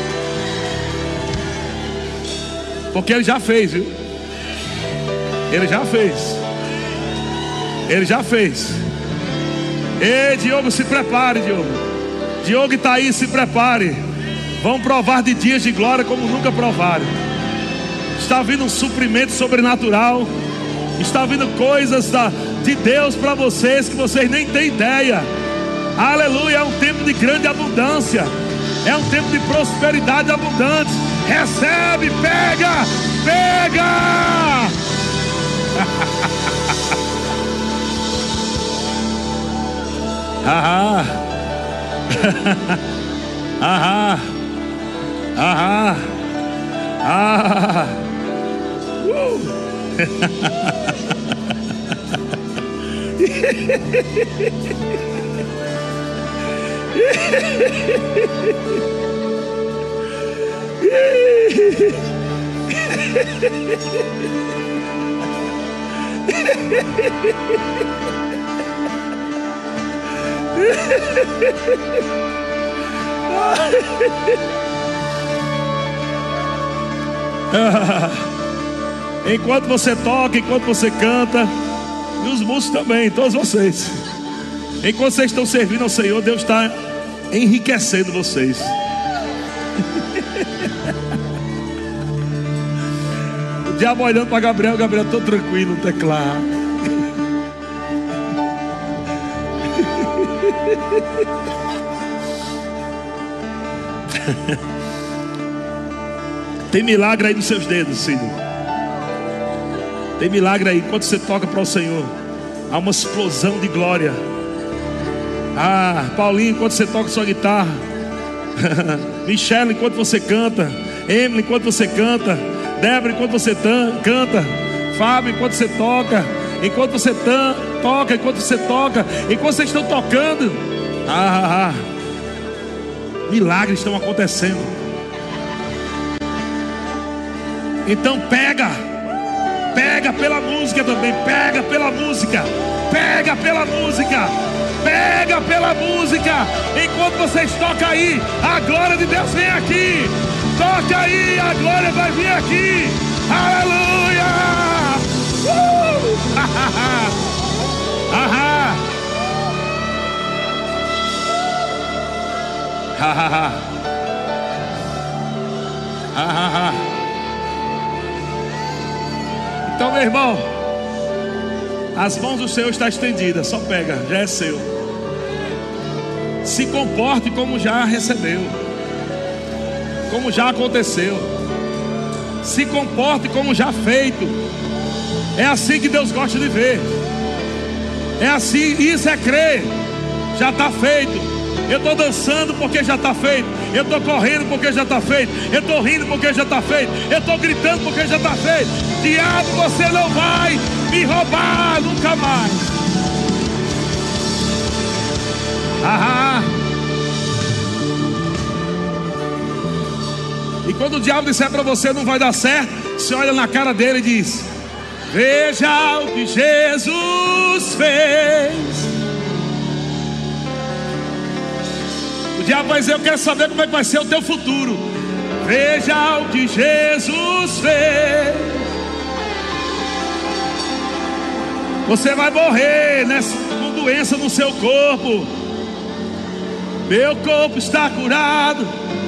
Porque Ele já fez, viu? Ele já fez. Ele já fez. Ei, Diogo, se prepare, Diogo. Diogo e Thaís, se prepare. Vão provar de dias de glória como nunca provaram. Está vindo um suprimento sobrenatural. Está vindo coisas da, de Deus para vocês que vocês nem têm ideia. Aleluia, é um tempo de grande abundância. É um tempo de prosperidade abundante. Recebe, pega, pega. Ahá. Ahá. Ahá. Ah. Uh. Enquanto você toca, enquanto você canta, e os músicos também, todos vocês, enquanto vocês estão servindo ao Senhor, Deus está enriquecendo vocês. O diabo olhando para Gabriel, Gabriel todo tranquilo no teclado. Tem milagre aí nos seus dedos, filho. Tem milagre aí. Enquanto você toca para o Senhor, há uma explosão de glória. Ah, Paulinho, enquanto você toca sua guitarra. Michelle, enquanto você canta. Emily, enquanto você canta. Débora, enquanto você canta. Fábio, enquanto você toca. Enquanto você toca, enquanto você toca. Enquanto vocês estão tocando. Ah, ah, ah. Milagres estão acontecendo. Então pega, pega pela música também, pega pela música, pega pela música, pega pela música. Enquanto vocês tocam aí, a glória de Deus vem aqui. Toca aí, a glória vai vir aqui. Aleluia! Uh! Ahá! Hahaha! Hahaha! Então, meu irmão, as mãos do Senhor estão estendidas, só pega, já é seu. Se comporte como já recebeu, como já aconteceu. Se comporte como já feito. É assim que Deus gosta de ver. É assim, isso é crer. Já está feito. Eu estou dançando porque já está feito. Eu estou correndo porque já está feito. Eu estou rindo porque já está feito. Eu estou gritando porque já está feito. Diabo, você não vai me roubar nunca mais. Aham. E quando o diabo disser para você não vai dar certo, você olha na cara dele e diz: veja o que Jesus fez. O diabo vai dizer: eu quero saber como é que vai ser o teu futuro. Veja o que Jesus fez. Você vai morrer nessa, com doença no seu corpo. Meu corpo está curado.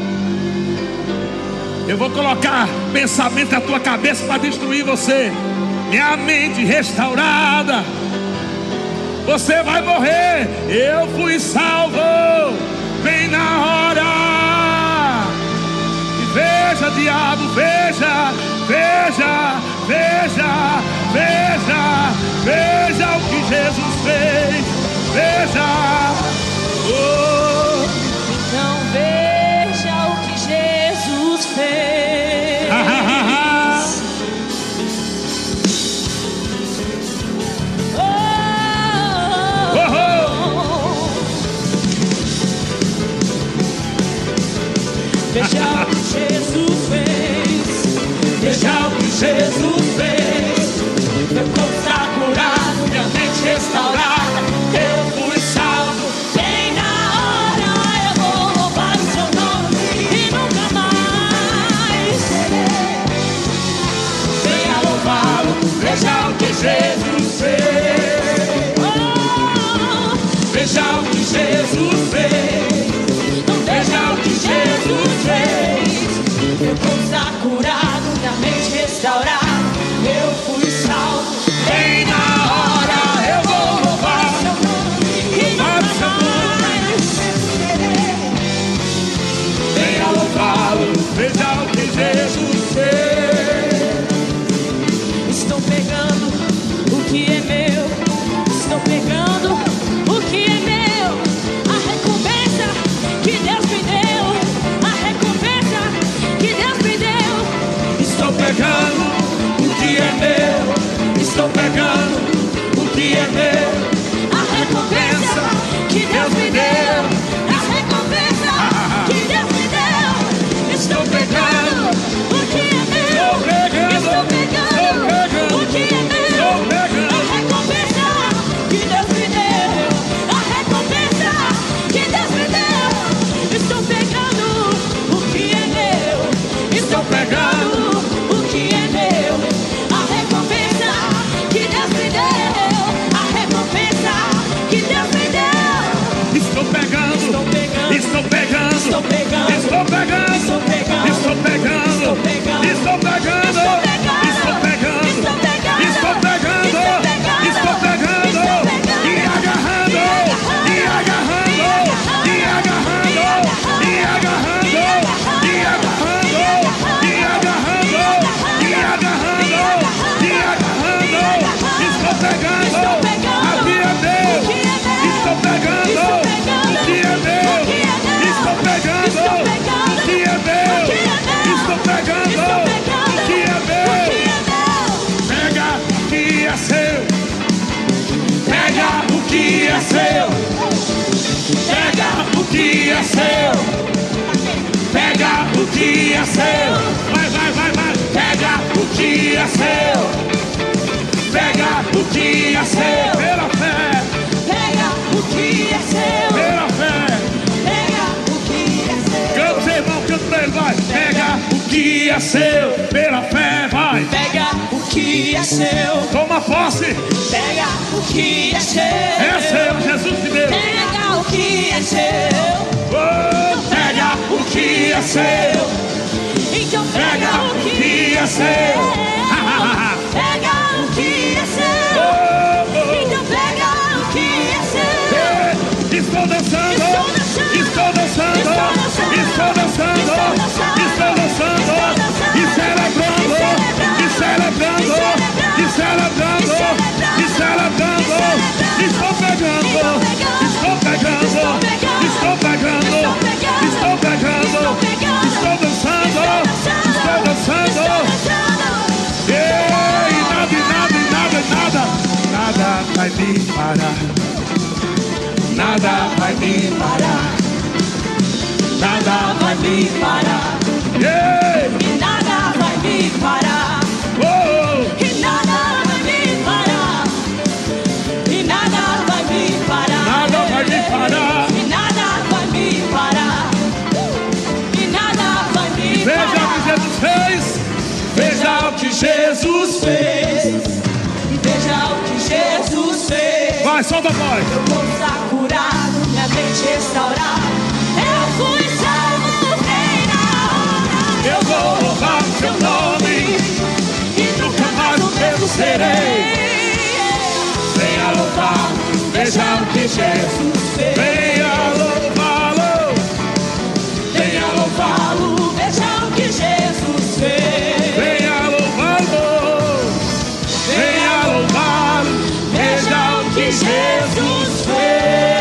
Eu vou colocar pensamento na tua cabeça para destruir você. Minha mente restaurada. Você vai morrer. Eu fui salvo bem na hora. E veja, diabo, veja, veja, veja, veja, veja o que Jesus fez. Veja. Oh. Então veja o que Jesus fez. Ah, ah, ah, ah. Veja o que Jesus fez. Veja o que Jesus fez. Meu corpo está curado, minha mente restaurada. Eu fui salvo bem na hora. Eu vou louvar o seu nome e nunca mais serei. Venha louvá-lo. Veja o que Jesus fez. Oh, veja o que Jesus fez. Veja o que Jesus fez. Meu corpo está curado, minha mente restaurada. Eu fui salvo bem na hora. Eu vou louvar seu nome e nunca mais serei. Venha louvá-lo. Veja o que Jesus fez. Estou pegando o que é meu. Estou pegando o que é meu. A recompensa que Deus me deu. A recompensa que Deus me deu. Estou pegando o que é meu. Estou pegando o que é meu. A recompensa que Deus me deu. A recompensa que Deus me deu. Estou pegando o que é meu. Estou pegando o que é meu. A recompensa que Deus me deu. A recompensa que Deus me deu. Estou pegando o que é meu. Estou pegando o que é meu. A recompensa que Deus me deu. A recompensa que Deus me deu. Estou pegando. Estou pegando. Estou pegando. Estou pegando. Estou pegando. Estou pegando. Estou pegando. Estou pegando. Estou pegando. Estou pegando. Estou pegando. Estou pegando. Estou pegando. Estou pegando. Estou pegando. Estou pegando. E agarrando. E agarrando. E agarrando. E agarrando. E agarrando. E agarrando. E agarrando. E agarrando. Estou pegando. A minha Deus. Estou pegando o que é meu. Estou pegando o que é meu. Estou pegando o que é seu. Pega o que é seu. Pela fé. Pega o que é seu. Pela fé. Pega o que é seu. Canta, seu irmão, canta pra ele, vai. Pega o que é seu. Pela fé, vai. Pega o que é seu. Toma posse. Pega o que é seu. É seu, Jesus de Deus. Pega o que é seu. Oh, Pega o que é seu. Então pega o que é seu. Pega o que é seu. Então pega o que é seu. Estou dançando, estou dançando, estou dançando, estou dançando, e celebrando, e celebrando, e celebrando, e celebrando. Estou pegando, estou pegando, estou pegando, estou pegando, estou dançando, estou dançando. Ei, nada, nada, nada, nada, nada vai me parar. Nada vai me parar. Nada vai me parar. Yeah. E nada vai me parar. Oh. E nada vai me parar. E nada vai me parar. Nada vai me parar. E nada vai me parar. E nada vai me parar. Veja o que Jesus fez. Veja o que Jesus fez. E veja o que Jesus fez. Vai, solta a voz. Eu vou estar curado, minha mente restaurada. Eu fui salvo, rei na hora. Eu vou louvar o seu nome E nunca mais o mesmo serei. Venha louvá-lo, veja o que Jesus fez. Venha louvá-lo, Venha louvá-lo, veja o que Jesus fez. venha louvá-lo, venha louvá-lo, veja o que Jesus fez.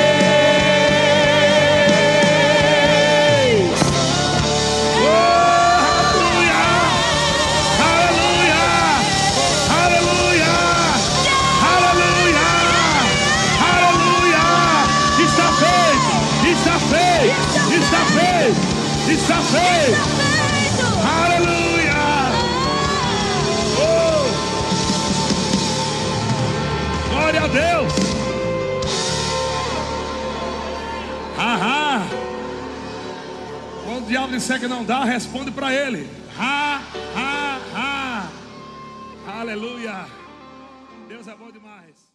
Está feito, aleluia. Oh. Glória a Deus. Ahá. Quando o diabo disser que não dá, responde para ele. Ha, ha, ha. Aleluia. Deus é bom demais.